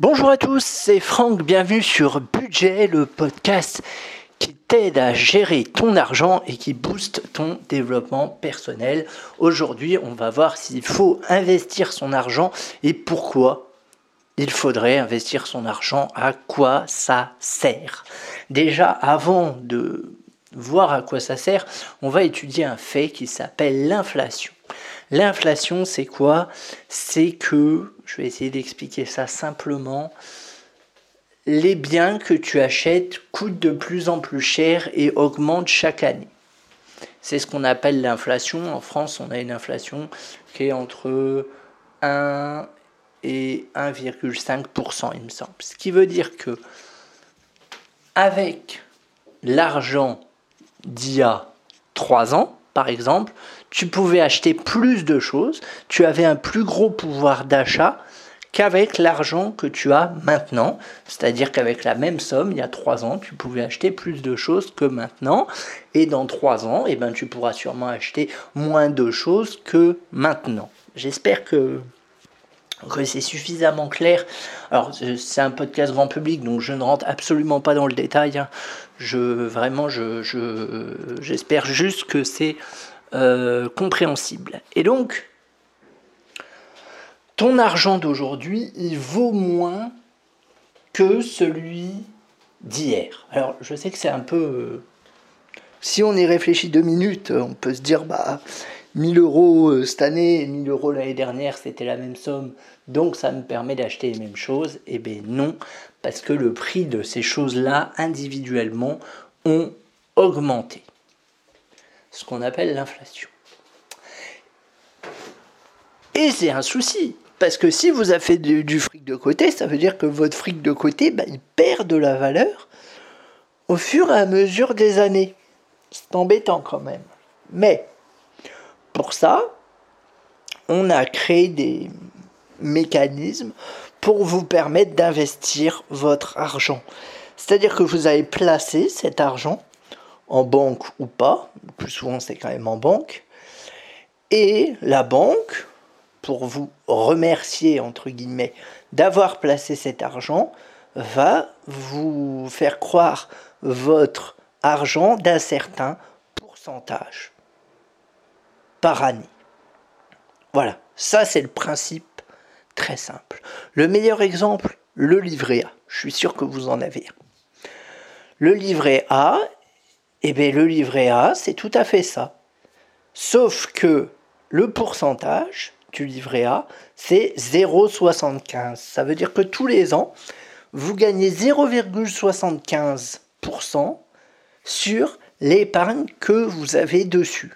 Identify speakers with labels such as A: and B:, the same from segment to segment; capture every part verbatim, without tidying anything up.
A: Bonjour à tous, c'est Franck, bienvenue sur Budget, le podcast qui t'aide à gérer ton argent et qui booste ton développement personnel. Aujourd'hui, on va voir s'il faut investir son argent et pourquoi il faudrait investir son argent, à quoi ça sert. Déjà, avant de voir à quoi ça sert, on va étudier un fait qui s'appelle l'inflation. L'inflation, c'est quoi? C'est que, je vais essayer d'expliquer ça simplement, les biens que tu achètes coûtent de plus en plus cher et augmentent chaque année. C'est ce qu'on appelle l'inflation. En France, on a une inflation qui est entre un et un virgule cinq pour cent, il me semble. Ce qui veut dire que avec l'argent d'il y a trois ans, par exemple, tu pouvais acheter plus de choses, tu avais un plus gros pouvoir d'achat qu'avec l'argent que tu as maintenant. C'est-à-dire qu'avec la même somme, il y a trois ans, tu pouvais acheter plus de choses que maintenant. Et dans trois ans, eh ben, tu pourras sûrement acheter moins de choses que maintenant. J'espère que, que c'est suffisamment clair. Alors, c'est un podcast grand public, donc je ne rentre absolument pas dans le détail. Hein. Je, vraiment, je, je, j'espère juste que c'est euh, compréhensible. Et donc, ton argent d'aujourd'hui, il vaut moins que celui d'hier. Alors, je sais que c'est un peu... Euh, si on y réfléchit deux minutes, on peut se dire, bah, mille euros cette année et mille euros l'année dernière, c'était la même somme, donc ça me permet d'acheter les mêmes choses. Eh bien non, parce que le prix de ces choses-là, individuellement, ont augmenté. Ce qu'on appelle l'inflation. Et c'est un souci. Parce que si vous avez fait du, du fric de côté, ça veut dire que votre fric de côté, bah, il perd de la valeur au fur et à mesure des années. C'est embêtant quand même. Mais, pour ça, on a créé des mécanismes pour vous permettre d'investir votre argent. C'est-à-dire que vous allez placer cet argent en banque ou pas, le plus souvent c'est quand même en banque, et la banque, pour vous remercier, entre guillemets, d'avoir placé cet argent, va vous faire croire votre argent d'un certain pourcentage par année. Voilà, ça c'est le principe très simple. Le meilleur exemple, le livret A. Je suis sûr que vous en avez un. Le livret A, eh bien le livret A, c'est tout à fait ça. Sauf que le pourcentage du livret A, c'est zéro virgule soixante-quinze. Ça veut dire que tous les ans, vous gagnez zéro virgule soixante-quinze pour cent sur l'épargne que vous avez dessus.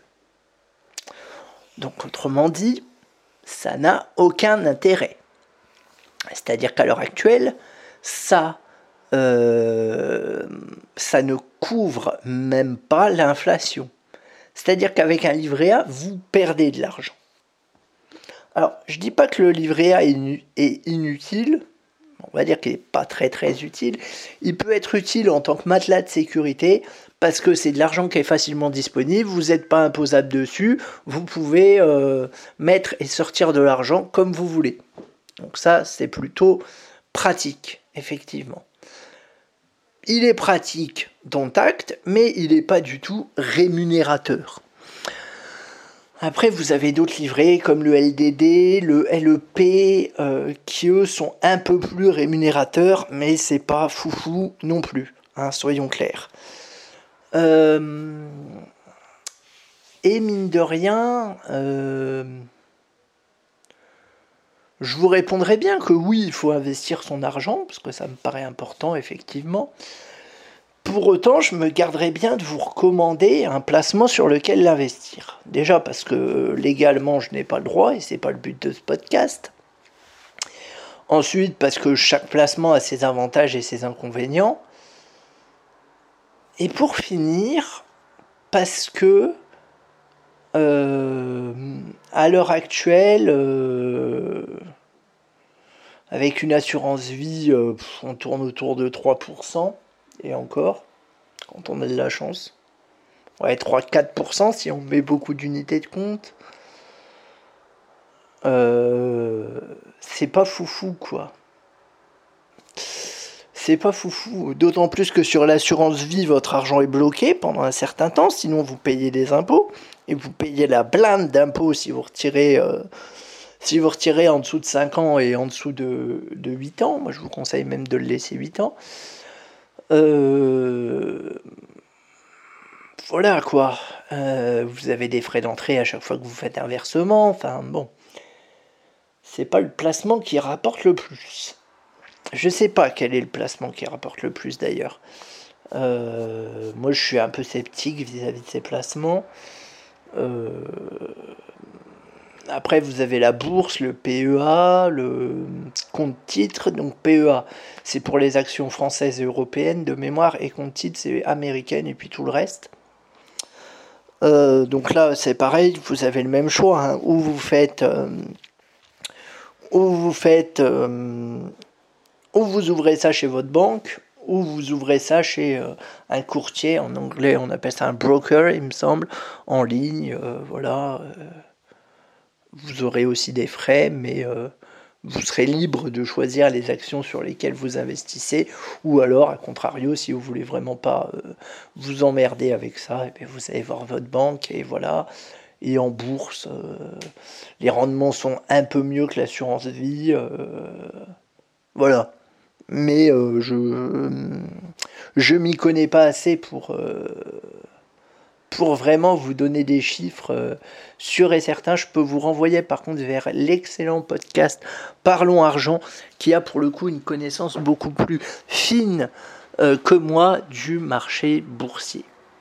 A: Donc autrement dit, ça n'a aucun intérêt. C'est-à-dire qu'à l'heure actuelle, ça, euh, ça ne couvre même pas l'inflation. C'est-à-dire qu'avec un livret A, vous perdez de l'argent. Alors, je ne dis pas que le livret A est inutile, on va dire qu'il n'est pas très très utile. Il peut être utile en tant que matelas de sécurité, parce que c'est de l'argent qui est facilement disponible, vous n'êtes pas imposable dessus, vous pouvez euh, mettre et sortir de l'argent comme vous voulez. Donc ça, c'est plutôt pratique, effectivement. Il est pratique dans Tact, mais il n'est pas du tout rémunérateur. Après, vous avez d'autres livrets comme le L D D, le L E P, euh, qui eux sont un peu plus rémunérateurs, mais c'est pas foufou non plus, hein, soyons clairs. Euh, et mine de rien, euh, je vous répondrai bien que oui, il faut investir son argent, parce que ça me paraît important, effectivement. Pour autant, je me garderai bien de vous recommander un placement sur lequel l'investir. Déjà parce que légalement, je n'ai pas le droit, et c'est pas le but de ce podcast. Ensuite, parce que chaque placement a ses avantages et ses inconvénients. Et pour finir, parce que euh, à l'heure actuelle, euh, avec une assurance vie, euh, on tourne autour de trois pour cent, et encore, quand on a de la chance. Ouais, trois à quatre pour cent si on met beaucoup d'unités de compte. Euh, c'est pas foufou, quoi. c'est pas foufou. D'autant plus que sur l'assurance vie, votre argent est bloqué pendant un certain temps, sinon vous payez des impôts. Et vous payez la blinde d'impôts si vous retirez, euh, si vous retirez en dessous de cinq ans et en dessous de, de huit ans. Moi, je vous conseille même de le laisser huit ans. Euh, voilà quoi. Euh, vous avez des frais d'entrée à chaque fois que vous faites un versement. Enfin bon. C'est pas le placement qui rapporte le plus. Je sais pas quel est le placement qui rapporte le plus d'ailleurs. Euh, moi je suis un peu sceptique vis-à-vis de ces placements. Euh, après vous avez la bourse, le P E A, le compte titre. Donc P E A c'est pour les actions françaises et européennes de mémoire, et compte titre c'est américaine et puis tout le reste. Euh, donc là c'est pareil, vous avez le même choix, hein, où vous faites euh, où vous faites euh, où vous ouvrez ça chez votre banque, ou vous ouvrez ça chez euh, un courtier, en anglais on appelle ça un broker il me semble, en ligne, euh, voilà. Euh, vous aurez aussi des frais, mais euh, vous serez libre de choisir les actions sur lesquelles vous investissez, ou alors, à contrario, si vous voulez vraiment pas euh, vous emmerder avec ça, et bien vous allez voir votre banque, et voilà. Et en bourse, euh, les rendements sont un peu mieux que l'assurance vie, euh, voilà. Mais euh, je je m'y connais pas assez pour euh, pour vraiment vous donner des chiffres euh, sûrs et certains. Je peux vous renvoyer par contre vers l'excellent podcast Parlons Argent, qui a pour le coup une connaissance beaucoup plus fine euh, que moi du marché boursier.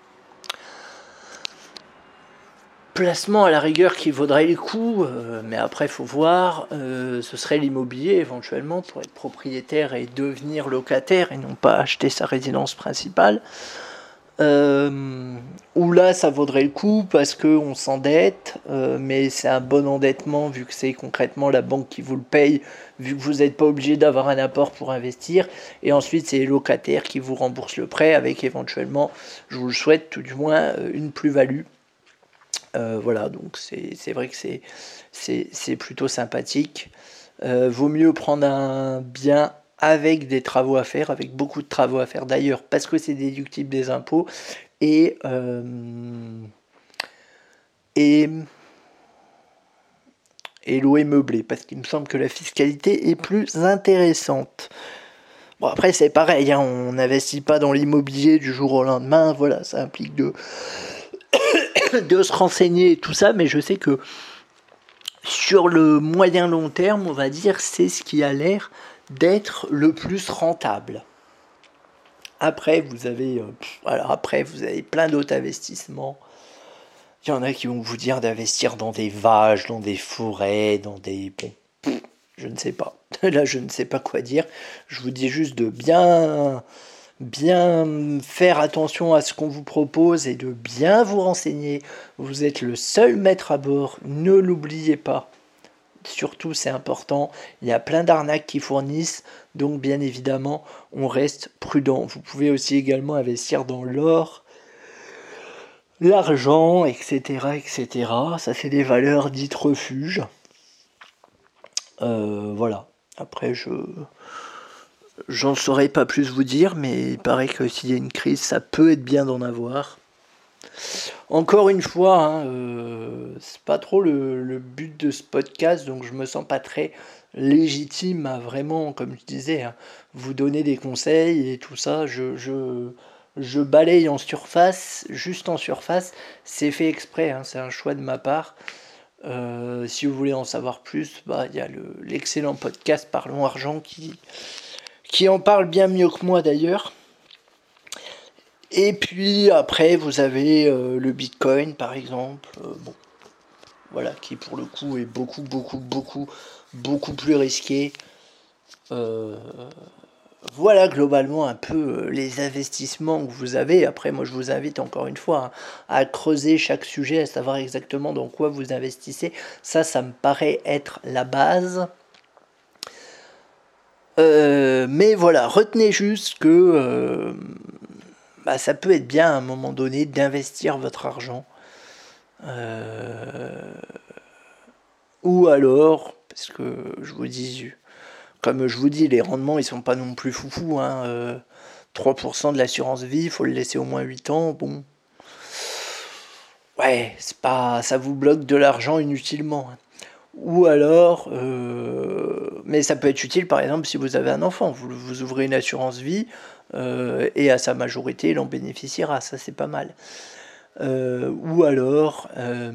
A: Placement à la rigueur qui vaudrait le coup, euh, mais après il faut voir, euh, ce serait l'immobilier éventuellement pour être propriétaire et devenir locataire et non pas acheter sa résidence principale. Euh, où là ça vaudrait le coup parce qu'on s'endette, euh, mais c'est un bon endettement vu que c'est concrètement la banque qui vous le paye, vu que vous n'êtes pas obligé d'avoir un apport pour investir, et ensuite c'est les locataires qui vous remboursent le prêt avec éventuellement, je vous le souhaite tout du moins, une plus-value. Euh, voilà, donc c'est, c'est vrai que c'est, c'est, c'est plutôt sympathique. Euh, vaut mieux prendre un bien avec des travaux à faire, avec beaucoup de travaux à faire d'ailleurs, parce que c'est déductible des impôts, et, euh, et, et louer meublé, parce qu'il me semble que la fiscalité est plus intéressante. Bon, après c'est pareil, hein, on n'investit pas dans l'immobilier du jour au lendemain, voilà, ça implique de... de se renseigner et tout ça, mais je sais que sur le moyen long terme, on va dire, c'est ce qui a l'air d'être le plus rentable. Après, vous avez, euh, alors après, vous avez plein d'autres investissements. Il y en a qui vont vous dire d'investir dans des vaches, dans des forêts, dans des... Bon, je ne sais pas. Là, je ne sais pas quoi dire. Je vous dis juste de bien... bien faire attention à ce qu'on vous propose et de bien vous renseigner. Vous êtes le seul maître à bord, ne l'oubliez pas. Surtout, c'est important, il y a plein d'arnaques qui fournissent, donc bien évidemment, on reste prudent. Vous pouvez aussi également investir dans l'or, l'argent, et cetera, et cetera. Ça, c'est des valeurs dites refuges. Euh, voilà. Après, je... J'en saurais pas plus vous dire, mais il paraît que s'il y a une crise, ça peut être bien d'en avoir. Encore une fois, hein, euh, c'est pas trop le, le but de ce podcast, donc je me sens pas très légitime à vraiment, comme je disais, hein, vous donner des conseils et tout ça. Je, je, je balaye en surface, juste en surface. C'est fait exprès, hein, c'est un choix de ma part. Euh, si vous voulez en savoir plus, bah, y a le, l'excellent podcast Parlons Argent qui... qui en parle bien mieux que moi d'ailleurs. Et puis après vous avez euh, le Bitcoin par exemple, euh, bon, voilà, qui pour le coup est beaucoup beaucoup beaucoup beaucoup plus risqué. Euh, voilà globalement un peu les investissements que vous avez. Après moi je vous invite encore une fois, hein, à creuser chaque sujet, à savoir exactement dans quoi vous investissez. Ça, ça me paraît être la base. Euh, mais voilà, retenez juste que euh, bah, ça peut être bien à un moment donné d'investir votre argent. Euh, ou alors, parce que je vous dis, comme je vous dis, les rendements, ils sont pas non plus foufous. Hein. Euh, trois pour cent de l'assurance vie, il faut le laisser au moins huit ans. Bon. Ouais, c'est pas, ça vous bloque de l'argent inutilement. Hein. Ou alors, euh, mais ça peut être utile par exemple si vous avez un enfant. Vous, vous ouvrez une assurance vie euh, et à sa majorité, il en bénéficiera. Ça, c'est pas mal. Euh, ou alors... Euh,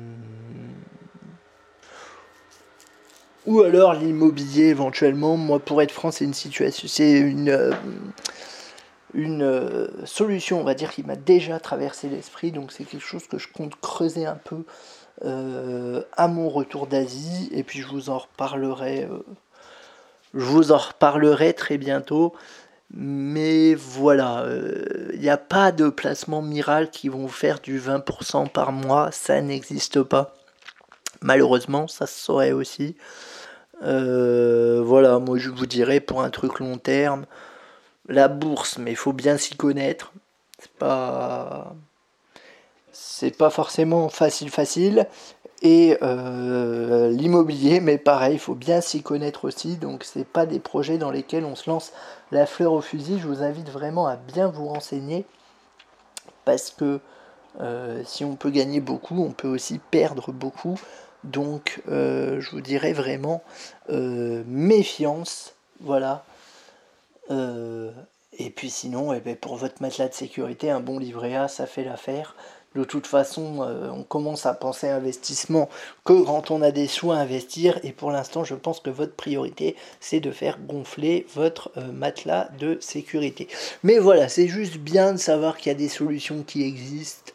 A: Ou alors l'immobilier éventuellement. Moi, pour être franc, c'est une situation, c'est une euh, une euh, solution, on va dire, qui m'a déjà traversé l'esprit. Donc c'est quelque chose que je compte creuser un peu euh, à mon retour d'Asie. Et puis je vous en reparlerai. Euh, je vous en reparlerai très bientôt. Mais voilà, il euh, n'y a pas de placement miracle qui vont vous faire du vingt pour cent par mois. Ça n'existe pas. Malheureusement, ça se saurait aussi. Euh, voilà, moi je vous dirais pour un truc long terme, la bourse, mais il faut bien s'y connaître. C'est pas, c'est pas forcément facile facile. Et euh, l'immobilier, mais pareil, il faut bien s'y connaître aussi. Donc c'est pas des projets dans lesquels on se lance la fleur au fusil. Je vous invite vraiment à bien vous renseigner parce que euh, si on peut gagner beaucoup, on peut aussi perdre beaucoup. Donc euh, je vous dirais vraiment euh, méfiance, voilà. Euh, et puis sinon, eh ben, pour votre matelas de sécurité, un bon livret A, ça fait l'affaire. De toute façon, euh, on commence à penser à investissement que quand on a des sous à investir. Et pour l'instant, je pense que votre priorité, c'est de faire gonfler votre euh, matelas de sécurité. Mais voilà, c'est juste bien de savoir qu'il y a des solutions qui existent.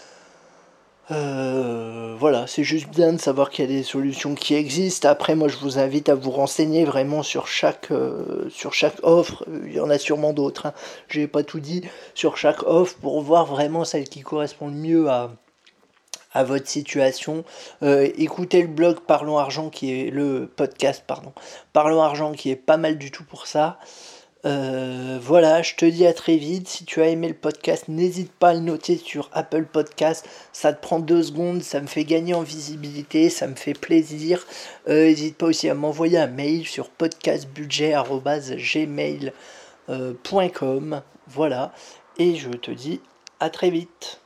A: Euh, voilà, c'est juste bien de savoir qu'il y a des solutions qui existent. Après, moi, je vous invite à vous renseigner vraiment sur chaque, euh, sur chaque offre. Il y en a sûrement d'autres. Hein. J'ai pas tout dit sur chaque offre pour voir vraiment celle qui correspond le mieux à, à votre situation. Euh, écoutez le blog Parlons Argent qui est le podcast, pardon. Parlons Argent qui est pas mal du tout pour ça. Euh, voilà, je te dis à très vite. Si tu as aimé le podcast, n'hésite pas à le noter sur Apple Podcast. Ça te prend deux secondes, ça me fait gagner en visibilité, ça me fait plaisir. Euh, n'hésite pas aussi à m'envoyer un mail sur podcastbudget arobase gmail point com. Voilà, et je te dis à très vite.